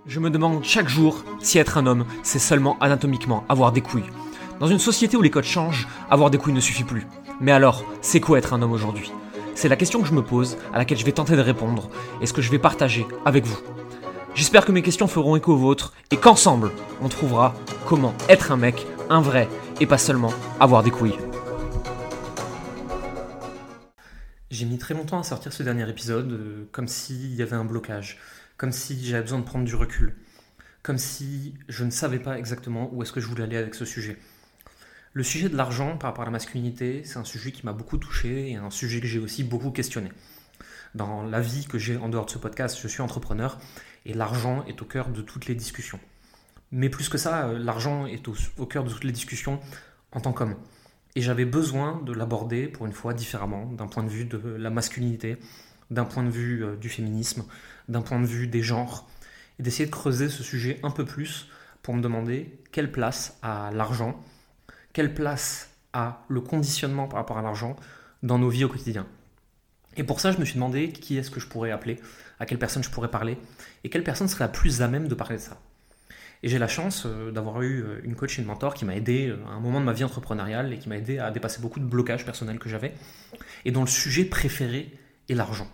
Je me demande chaque jour si être un homme, c'est seulement anatomiquement avoir des couilles. Dans une société où les codes changent, avoir des couilles ne suffit plus. Mais alors, c'est quoi être un homme aujourd'hui ? C'est la question que je me pose, à laquelle je vais tenter de répondre, et ce que je vais partager avec vous. J'espère que mes questions feront écho aux vôtres, et qu'ensemble, on trouvera comment être un mec, un vrai, et pas seulement avoir des couilles. J'ai mis très longtemps à sortir ce dernier épisode, comme s'il y avait un blocage, comme si j'avais besoin de prendre du recul, comme si je ne savais pas exactement où est-ce que je voulais aller avec ce sujet. Le sujet de l'argent par rapport à la masculinité, c'est un sujet qui m'a beaucoup touché et un sujet que j'ai aussi beaucoup questionné. Dans la vie que j'ai en dehors de ce podcast, je suis entrepreneur et l'argent est au cœur de toutes les discussions. Mais plus que ça, l'argent est au cœur de toutes les discussions en tant qu'homme. Et j'avais besoin de l'aborder pour une fois différemment, d'un point de vue de la masculinité, d'un point de vue du féminisme, d'un point de vue des genres, et d'essayer de creuser ce sujet un peu plus pour me demander quelle place a l'argent, quelle place a le conditionnement par rapport à l'argent dans nos vies au quotidien. Et pour ça, je me suis demandé qui est-ce que je pourrais appeler, à quelle personne je pourrais parler, et quelle personne serait la plus à même de parler de ça. Et j'ai la chance d'avoir eu une coach et une mentor qui m'a aidé à un moment de ma vie entrepreneuriale et qui m'a aidé à dépasser beaucoup de blocages personnels que j'avais, et dont le sujet préféré est l'argent.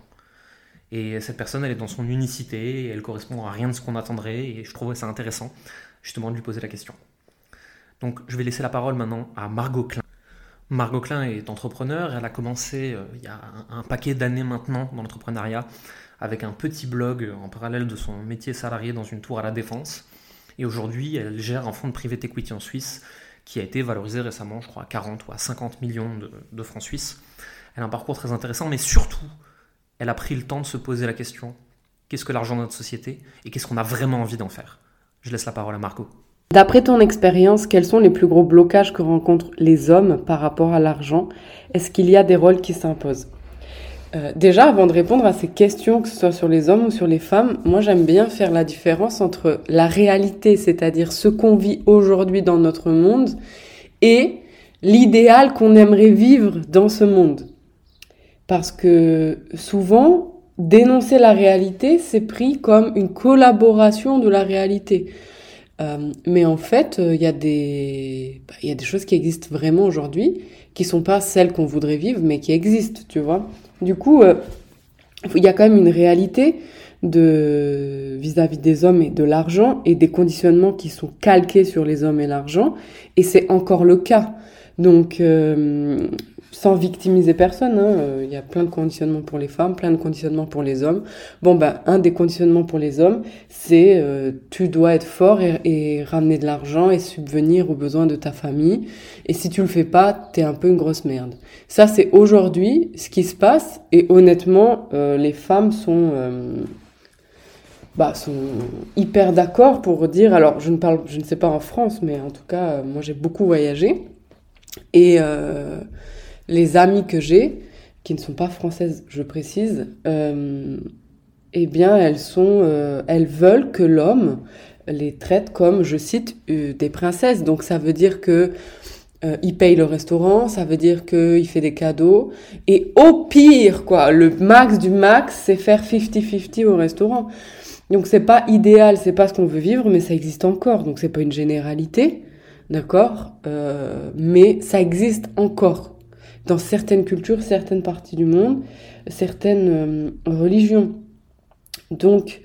Et cette personne, elle est dans son unicité, et elle correspond à rien de ce qu'on attendrait, et je trouvais ça intéressant justement de lui poser la question. Donc je vais laisser la parole maintenant à Margot Klein. Margot Klein est entrepreneur, elle a commencé il y a un paquet d'années maintenant dans l'entrepreneuriat avec un petit blog en parallèle de son métier salarié dans une tour à la Défense. Et aujourd'hui, elle gère un fonds de private equity en Suisse qui a été valorisé récemment, je crois, à 40 ou à 50 millions de francs suisses. Elle a un parcours très intéressant, mais surtout, elle a pris le temps de se poser la question, qu'est-ce que l'argent dans notre société et qu'est-ce qu'on a vraiment envie d'en faire ? Je laisse la parole à Margot. D'après ton expérience, quels sont les plus gros blocages que rencontrent les hommes par rapport à l'argent ? Est-ce qu'il y a des rôles qui s'imposent ? Déjà, avant de répondre à ces questions, que ce soit sur les hommes ou sur les femmes, moi j'aime bien faire la différence entre la réalité, c'est-à-dire ce qu'on vit aujourd'hui dans notre monde, et l'idéal qu'on aimerait vivre dans ce monde. Parce que souvent, dénoncer la réalité, c'est pris comme une collaboration de la réalité. Mais en fait, il y a des choses qui existent vraiment aujourd'hui, qui sont pas celles qu'on voudrait vivre, mais qui existent, tu vois. Du coup, il y a quand même une réalité vis-à-vis des hommes et de l'argent et des conditionnements qui sont calqués sur les hommes et l'argent. Et c'est encore le cas. Donc, sans victimiser personne, il y a plein de conditionnements pour les femmes, plein de conditionnements pour les hommes. Bon, un des conditionnements pour les hommes, c'est tu dois être fort et ramener de l'argent et subvenir aux besoins de ta famille. Et si tu le fais pas, t'es un peu une grosse merde. Ça, c'est aujourd'hui ce qui se passe. Et honnêtement, les femmes sont hyper d'accord pour dire... Alors, je ne sais pas en France, mais en tout cas, moi, j'ai beaucoup voyagé. Et... les amies que j'ai, qui ne sont pas françaises, je précise, eh bien, elles veulent que l'homme les traite comme, je cite, des princesses. Donc, ça veut dire que il paye le restaurant, ça veut dire qu'il fait des cadeaux. Et au pire, quoi, le max du max, c'est faire 50-50 au restaurant. Donc, c'est pas idéal, c'est pas ce qu'on veut vivre, mais ça existe encore. Donc, c'est pas une généralité, d'accord, mais ça existe encore. Dans certaines cultures, certaines parties du monde, certaines religions. Donc,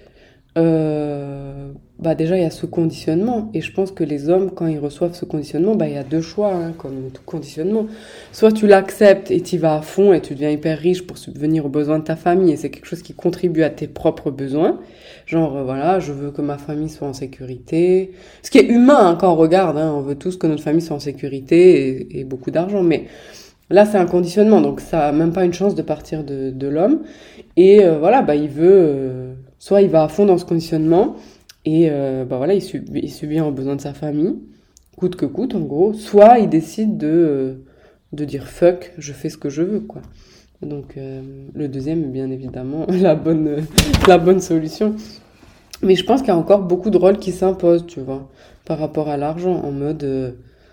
déjà, il y a ce conditionnement. Et je pense que les hommes, quand ils reçoivent ce conditionnement, il y a deux choix, comme tout conditionnement. Soit tu l'acceptes et tu y vas à fond et tu deviens hyper riche pour subvenir aux besoins de ta famille et c'est quelque chose qui contribue à tes propres besoins. Genre, je veux que ma famille soit en sécurité. Ce qui est humain quand on regarde, on veut tous que notre famille soit en sécurité et beaucoup d'argent. Mais là, c'est un conditionnement, donc ça n'a même pas une chance de partir de l'homme. Et il veut... soit il va à fond dans ce conditionnement, et il subvient aux besoins de sa famille, coûte que coûte, en gros. Soit il décide de dire « fuck, je fais ce que je veux », quoi. Donc, le deuxième est bien évidemment la bonne solution. Mais je pense qu'il y a encore beaucoup de rôles qui s'imposent, tu vois, par rapport à l'argent, en mode...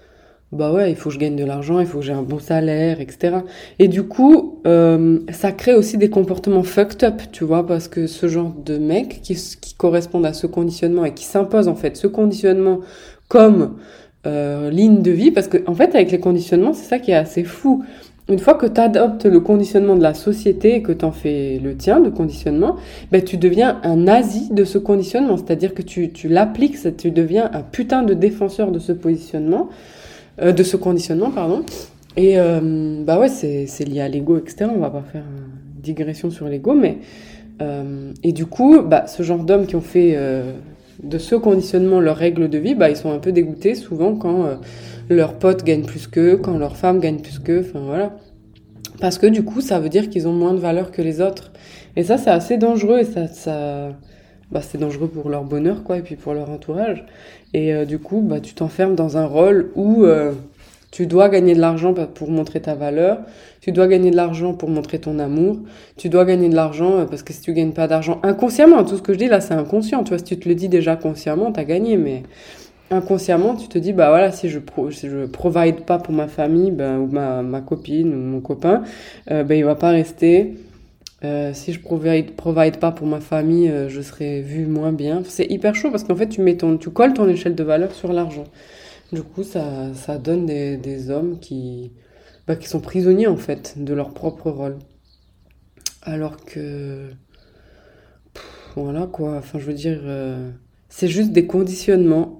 bah ouais, il faut que je gagne de l'argent, il faut que j'ai un bon salaire, etc. Et du coup, ça crée aussi des comportements fucked up, tu vois, parce que ce genre de mecs qui correspondent à ce conditionnement et qui s'imposent en fait ce conditionnement comme ligne de vie, parce que en fait, avec les conditionnements, c'est ça qui est assez fou. Une fois que tu adoptes le conditionnement de la société et que tu en fais le tien de conditionnement, ben tu deviens un nazi de ce conditionnement, c'est-à-dire que tu l'appliques, tu deviens un putain de défenseur de ce positionnement de ce conditionnement, pardon. Et bah ouais, c'est lié à l'ego, etc. On va pas faire une digression sur l'ego, mais et du coup, bah ce genre d'hommes qui ont fait de ce conditionnement leur règle de vie, bah ils sont un peu dégoûtés souvent quand leurs potes gagnent plus qu'eux, quand leurs femmes gagnent plus qu'eux, enfin voilà. Parce que du coup, ça veut dire qu'ils ont moins de valeur que les autres. Et ça, c'est assez dangereux et bah, c'est dangereux pour leur bonheur, quoi, et puis pour leur entourage. Et du coup, bah, tu t'enfermes dans un rôle où tu dois gagner de l'argent pour montrer ta valeur, tu dois gagner de l'argent pour montrer ton amour, tu dois gagner de l'argent parce que si tu gagnes pas d'argent inconsciemment, tout ce que je dis là, c'est inconscient. Tu vois, si tu te le dis déjà consciemment, t'as gagné, mais inconsciemment, tu te dis, bah voilà, si je provide pas pour ma famille, ben, ou ma copine, ou mon copain, ben il va pas rester. Si je provide pas pour ma famille, je serai vue moins bien. C'est hyper chaud parce qu'en fait, tu colles ton échelle de valeur sur l'argent. Du coup, ça donne des hommes qui sont prisonniers, en fait, de leur propre rôle. Alors que, voilà, quoi. Enfin, je veux dire, c'est juste des conditionnements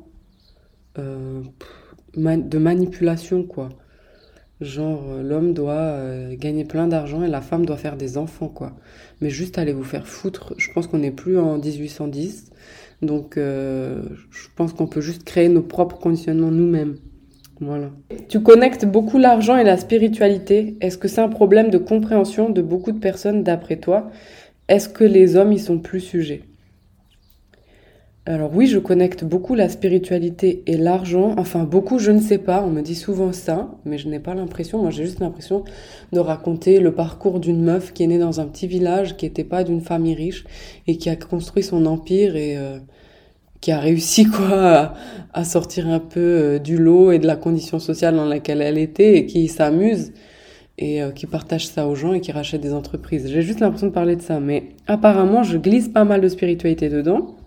de manipulation, quoi. Genre, l'homme doit gagner plein d'argent et la femme doit faire des enfants, quoi. Mais juste allez vous faire foutre. Je pense qu'on n'est plus en 1810. Donc, je pense qu'on peut juste créer nos propres conditionnements nous-mêmes. Voilà. Tu connectes beaucoup l'argent et la spiritualité. Est-ce que c'est un problème de compréhension de beaucoup de personnes d'après toi? Est-ce que les hommes y sont plus sujets? Alors oui, je connecte beaucoup la spiritualité et l'argent. Enfin, beaucoup, je ne sais pas. On me dit souvent ça, mais je n'ai pas l'impression. Moi, j'ai juste l'impression de raconter le parcours d'une meuf qui est née dans un petit village, qui n'était pas d'une famille riche et qui a construit son empire et qui a réussi quoi à sortir un peu du lot et de la condition sociale dans laquelle elle était et qui s'amuse et qui partage ça aux gens et qui rachète des entreprises. J'ai juste l'impression de parler de ça, mais apparemment, je glisse pas mal de spiritualité dedans.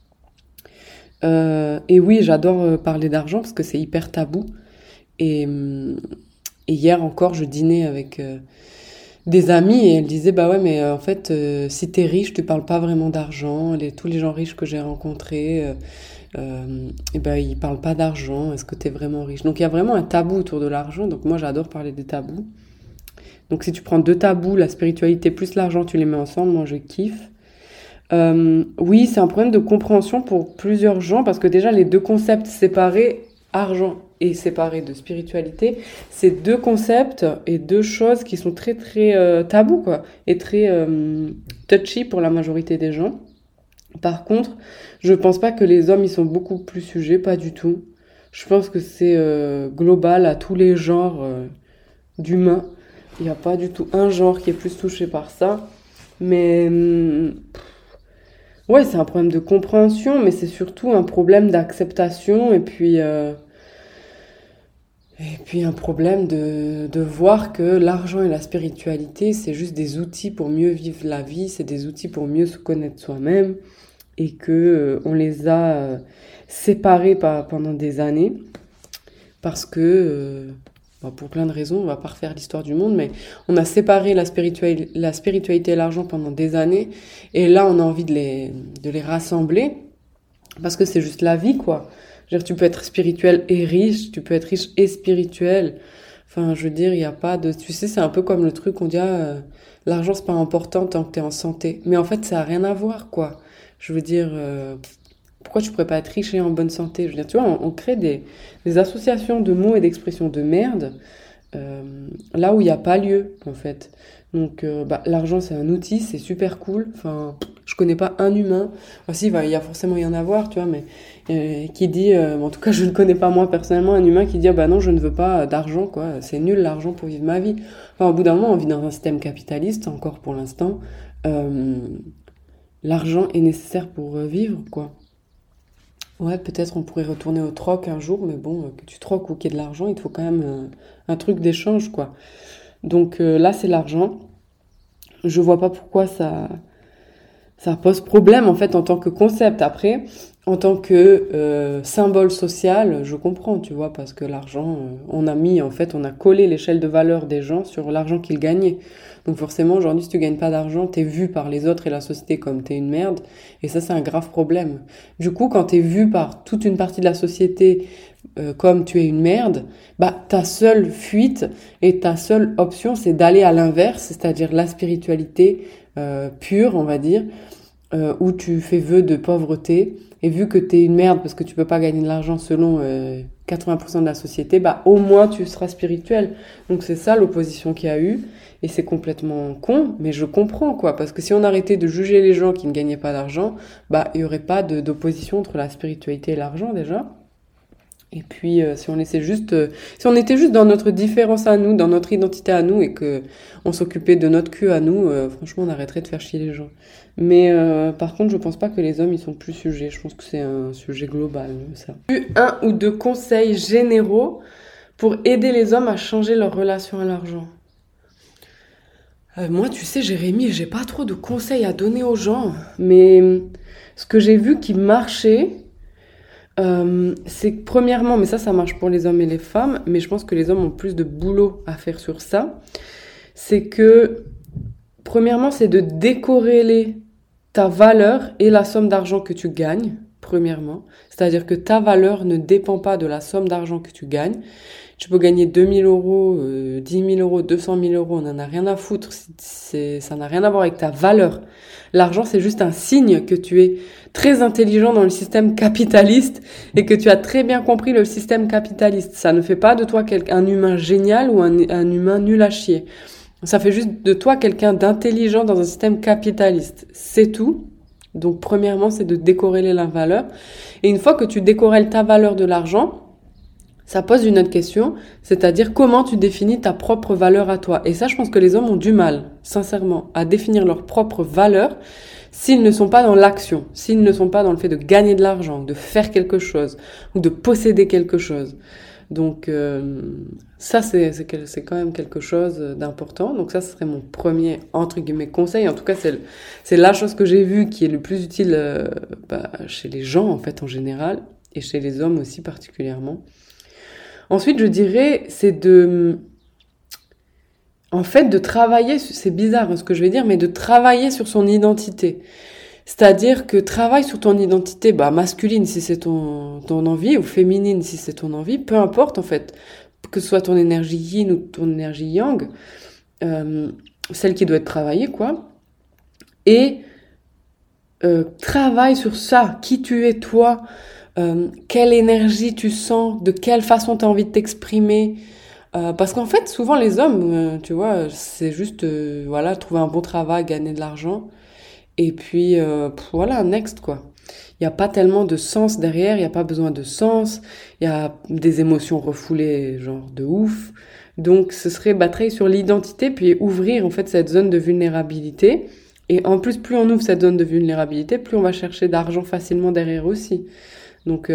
Et oui, j'adore parler d'argent parce que c'est hyper tabou. Et, et hier encore, je dînais avec des amis et elle disait, bah ouais, mais en fait, si t'es riche, tu parles pas vraiment d'argent. Tous les gens riches que j'ai rencontrés, et ben ils parlent pas d'argent. Est-ce que t'es vraiment riche? Donc il y a vraiment un tabou autour de l'argent. Donc moi, j'adore parler des tabous. Donc si tu prends deux tabous, la spiritualité plus l'argent, tu les mets ensemble, moi je kiffe. Oui, c'est un problème de compréhension pour plusieurs gens parce que déjà les deux concepts séparés, argent et séparés de spiritualité, c'est deux concepts et deux choses qui sont très très tabous quoi et très touchy pour la majorité des gens. Par contre, je pense pas que les hommes ils sont beaucoup plus sujets, pas du tout. Je pense que c'est global à tous les genres d'humains. Il n'y a pas du tout un genre qui est plus touché par ça. Mais ouais, c'est un problème de compréhension, mais c'est surtout un problème d'acceptation et puis un problème de voir que l'argent et la spiritualité, c'est juste des outils pour mieux vivre la vie, c'est des outils pour mieux se connaître soi-même et que on les a séparés pendant des années parce que pour plein de raisons, on va pas refaire l'histoire du monde, mais on a séparé la spiritualité et l'argent pendant des années, et là on a envie de les rassembler, parce que c'est juste la vie, quoi. Je veux dire, tu peux être spirituel et riche, tu peux être riche et spirituel. Enfin, je veux dire, il n'y a pas de... Tu sais, c'est un peu comme le truc, on dit, l'argent c'est pas important tant que t'es en santé. Mais en fait, ça a rien à voir, quoi. Je veux dire... pourquoi tu pourrais pas être riche et en bonne santé? Je veux dire, tu vois, on crée des associations de mots et d'expressions de merde là où il n'y a pas lieu, en fait. Donc, l'argent, c'est un outil, c'est super cool. Enfin, je connais pas un humain. Enfin, si, il y a forcément y en avoir, tu vois, mais qui dit, en tout cas, je ne connais pas moi personnellement, un humain qui dit, ah bah non, je ne veux pas d'argent, quoi. C'est nul l'argent pour vivre ma vie. Enfin, au bout d'un moment, on vit dans un système capitaliste, encore pour l'instant. L'argent est nécessaire pour vivre, quoi. Ouais, peut-être on pourrait retourner au troc un jour, mais bon, que tu troques ou qu'il y ait de l'argent, il te faut quand même un truc d'échange, quoi. Donc là, c'est l'argent. Je vois pas pourquoi ça pose problème en fait en tant que concept. Après, en tant que symbole social, je comprends, tu vois, parce que l'argent, on a collé l'échelle de valeur des gens sur l'argent qu'ils gagnaient. Donc forcément, aujourd'hui, si tu gagnes pas d'argent, t'es vu par les autres et la société comme t'es une merde, et ça, c'est un grave problème. Du coup, quand t'es vu par toute une partie de la société comme tu es une merde, bah ta seule fuite et ta seule option, c'est d'aller à l'inverse, c'est-à-dire la spiritualité pure, on va dire, où tu fais vœu de pauvreté, et vu que t'es une merde parce que tu peux pas gagner de l'argent selon 80% de la société, bah au moins tu seras spirituel. Donc c'est ça l'opposition qu'il y a eu, et c'est complètement con, mais je comprends quoi, parce que si on arrêtait de juger les gens qui ne gagnaient pas d'argent, bah il y aurait pas d'opposition entre la spiritualité et l'argent déjà. Et puis, si on était juste dans notre différence à nous, dans notre identité à nous, et que on s'occupait de notre cul à nous, franchement, on arrêterait de faire chier les gens. Mais par contre, je pense pas que les hommes ils sont plus sujets. Je pense que c'est un sujet global, ça. Un ou deux conseils généraux pour aider les hommes à changer leur relation à l'argent. Moi, tu sais, Jérémy, j'ai pas trop de conseils à donner aux gens, mais ce que j'ai vu qui marchait. C'est que premièrement, mais ça marche pour les hommes et les femmes, mais je pense que les hommes ont plus de boulot à faire sur ça. C'est que, premièrement, c'est de décorréler ta valeur et la somme d'argent que tu gagnes, premièrement. C'est-à-dire que ta valeur ne dépend pas de la somme d'argent que tu gagnes. Tu peux gagner 2000 euros, 10 000 euros, 200 000 euros, on n'en a rien à foutre. Ça n'a rien à voir avec ta valeur. L'argent, c'est juste un signe que tu es très intelligent dans le système capitaliste et que tu as très bien compris le système capitaliste. Ça ne fait pas de toi un humain génial ou un humain nul à chier. Ça fait juste de toi quelqu'un d'intelligent dans un système capitaliste. C'est tout. Donc, premièrement, c'est de décorréler la valeur. Et une fois que tu décorrèles ta valeur de l'argent, ça pose une autre question, c'est-à-dire comment tu définis ta propre valeur à toi. Et ça, je pense que les hommes ont du mal, sincèrement, à définir leur propre valeur s'ils ne sont pas dans l'action, s'ils ne sont pas dans le fait de gagner de l'argent, de faire quelque chose, ou de posséder quelque chose. Donc ça, c'est quand même quelque chose d'important. Donc ça, ce serait mon premier, entre guillemets, conseil. En tout cas, c'est la chose que j'ai vue qui est le plus utile chez les gens, en fait, en général, et chez les hommes aussi particulièrement. Ensuite, je dirais, c'est de travailler, c'est bizarre ce que je vais dire, mais de travailler sur son identité. C'est-à-dire que travaille sur ton identité, masculine si c'est ton envie, ou féminine si c'est ton envie, peu importe en fait, que ce soit ton énergie yin ou ton énergie yang, celle qui doit être travaillée, quoi. Et travaille sur ça, qui tu es toi, quelle énergie tu sens, de quelle façon tu as envie de t'exprimer. Parce qu'en fait, souvent les hommes, tu vois, c'est juste trouver un bon travail, gagner de l'argent. Et puis, voilà, next, quoi. Il n'y a pas tellement de sens derrière, il n'y a pas besoin de sens. Il y a des émotions refoulées, genre de ouf. Donc, ce serait travailler sur l'identité, puis ouvrir en fait cette zone de vulnérabilité. Et en plus, plus on ouvre cette zone de vulnérabilité, plus on va chercher d'argent facilement derrière aussi. Donc,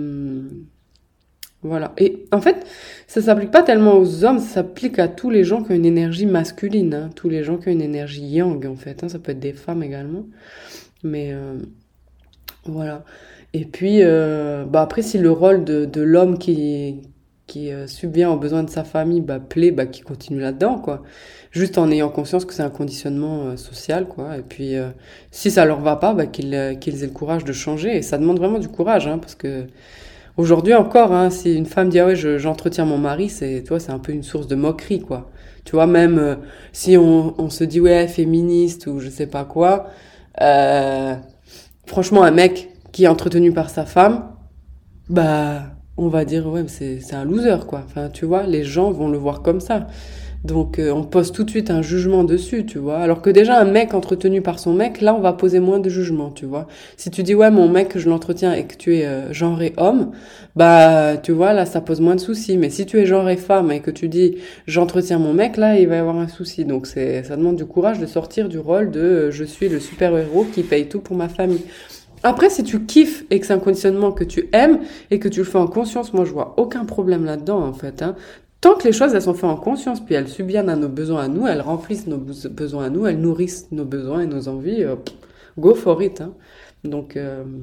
voilà. Et en fait, ça s'applique pas tellement aux hommes, ça s'applique à tous les gens qui ont une énergie masculine, hein, tous les gens qui ont une énergie yang, en fait. Hein, ça peut être des femmes également. Mais voilà. Et puis, après, si le rôle de l'homme qui subvient aux besoins de sa famille plaît, qu'il continue là-dedans, quoi. Juste en ayant conscience que c'est un conditionnement social, quoi. Et puis, si ça leur va pas, qu'ils aient le courage de changer. Et ça demande vraiment du courage, hein, parce que aujourd'hui encore, hein, si une femme dit ah ouais, j'entretiens mon mari, c'est un peu une source de moquerie, quoi. Tu vois, même si on se dit ouais, féministe ou je sais pas quoi, franchement, un mec qui est entretenu par sa femme, on va dire ouais, c'est un loser, quoi. Enfin, tu vois, les gens vont le voir comme ça. Donc on pose tout de suite un jugement dessus, tu vois. Alors que déjà un mec entretenu par son mec, là on va poser moins de jugement, tu vois. Si tu dis ouais, mon mec je l'entretiens et que tu es genré homme, tu vois, là ça pose moins de soucis. Mais si tu es genré femme et que tu dis j'entretiens mon mec, là il va y avoir un souci. Donc ça demande du courage de sortir du rôle de je suis le super héros qui paye tout pour ma famille. Après, si tu kiffes et que c'est un conditionnement que tu aimes et que tu le fais en conscience, moi, je vois aucun problème là-dedans, en fait. Hein. Tant que les choses, elles sont faites en conscience, puis elles subviennent à nos besoins à nous, elles remplissent nos besoins à nous, elles nourrissent nos besoins et nos envies, go for it. Hein. Donc,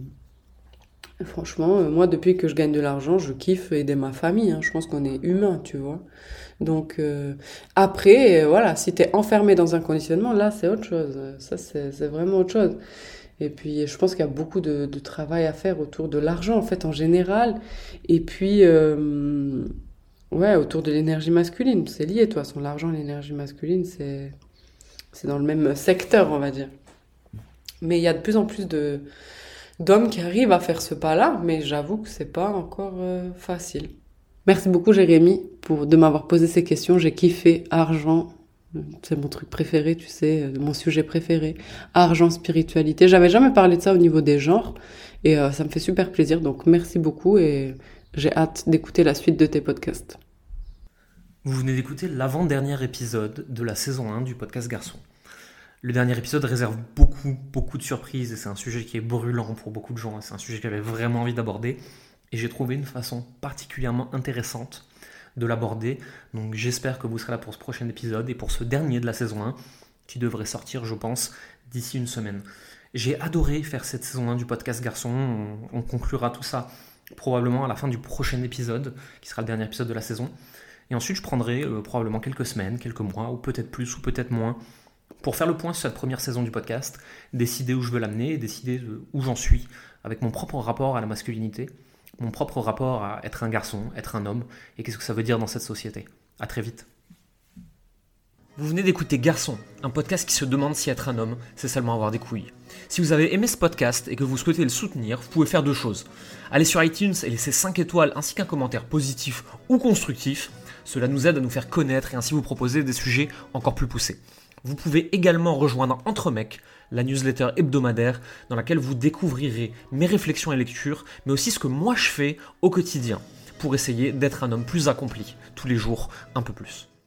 franchement, moi, depuis que je gagne de l'argent, je kiffe aider ma famille. Hein. Je pense qu'on est humain, tu vois. Donc, après, voilà, si t'es enfermé dans un conditionnement, là, c'est autre chose. Ça, c'est vraiment autre chose. Et puis, je pense qu'il y a beaucoup de travail à faire autour de l'argent, en fait, en général. Et puis, ouais, autour de l'énergie masculine. C'est lié, de toute façon. L'argent et l'énergie masculine, c'est dans le même secteur, on va dire. Mais il y a de plus en plus d'hommes qui arrivent à faire ce pas-là, mais j'avoue que c'est pas encore facile. Merci beaucoup, Jérémy, de m'avoir posé ces questions. J'ai kiffé argent. C'est mon truc préféré, tu sais, mon sujet préféré. Argent, spiritualité. J'avais jamais parlé de ça au niveau des genres et ça me fait super plaisir. Donc merci beaucoup et j'ai hâte d'écouter la suite de tes podcasts. Vous venez d'écouter l'avant-dernier épisode de la saison 1 du podcast Garçon. Le dernier épisode réserve beaucoup de surprises et c'est un sujet qui est brûlant pour beaucoup de gens. C'est un sujet que j'avais vraiment envie d'aborder et j'ai trouvé une façon particulièrement intéressante de l'aborder. Donc j'espère que vous serez là pour ce prochain épisode et pour ce dernier de la saison 1 qui devrait sortir, je pense, d'ici une semaine. J'ai adoré faire cette saison 1 du podcast Garçon. On conclura tout ça probablement à la fin du prochain épisode qui sera le dernier épisode de la saison. Et ensuite je prendrai probablement quelques semaines, quelques mois ou peut-être plus ou peut-être moins pour faire le point sur cette première saison du podcast, décider où je veux l'amener et décider où j'en suis avec mon propre rapport à la masculinité, mon propre rapport à être un garçon, être un homme, et qu'est-ce que ça veut dire dans cette société. À très vite. Vous venez d'écouter Garçon, un podcast qui se demande si être un homme, c'est seulement avoir des couilles. Si vous avez aimé ce podcast et que vous souhaitez le soutenir, vous pouvez faire deux choses. Allez sur iTunes et laisser 5 étoiles ainsi qu'un commentaire positif ou constructif. Cela nous aide à nous faire connaître et ainsi vous proposer des sujets encore plus poussés. Vous pouvez également rejoindre Entre Mecs, la newsletter hebdomadaire dans laquelle vous découvrirez mes réflexions et lectures, mais aussi ce que moi je fais au quotidien pour essayer d'être un homme plus accompli, tous les jours un peu plus.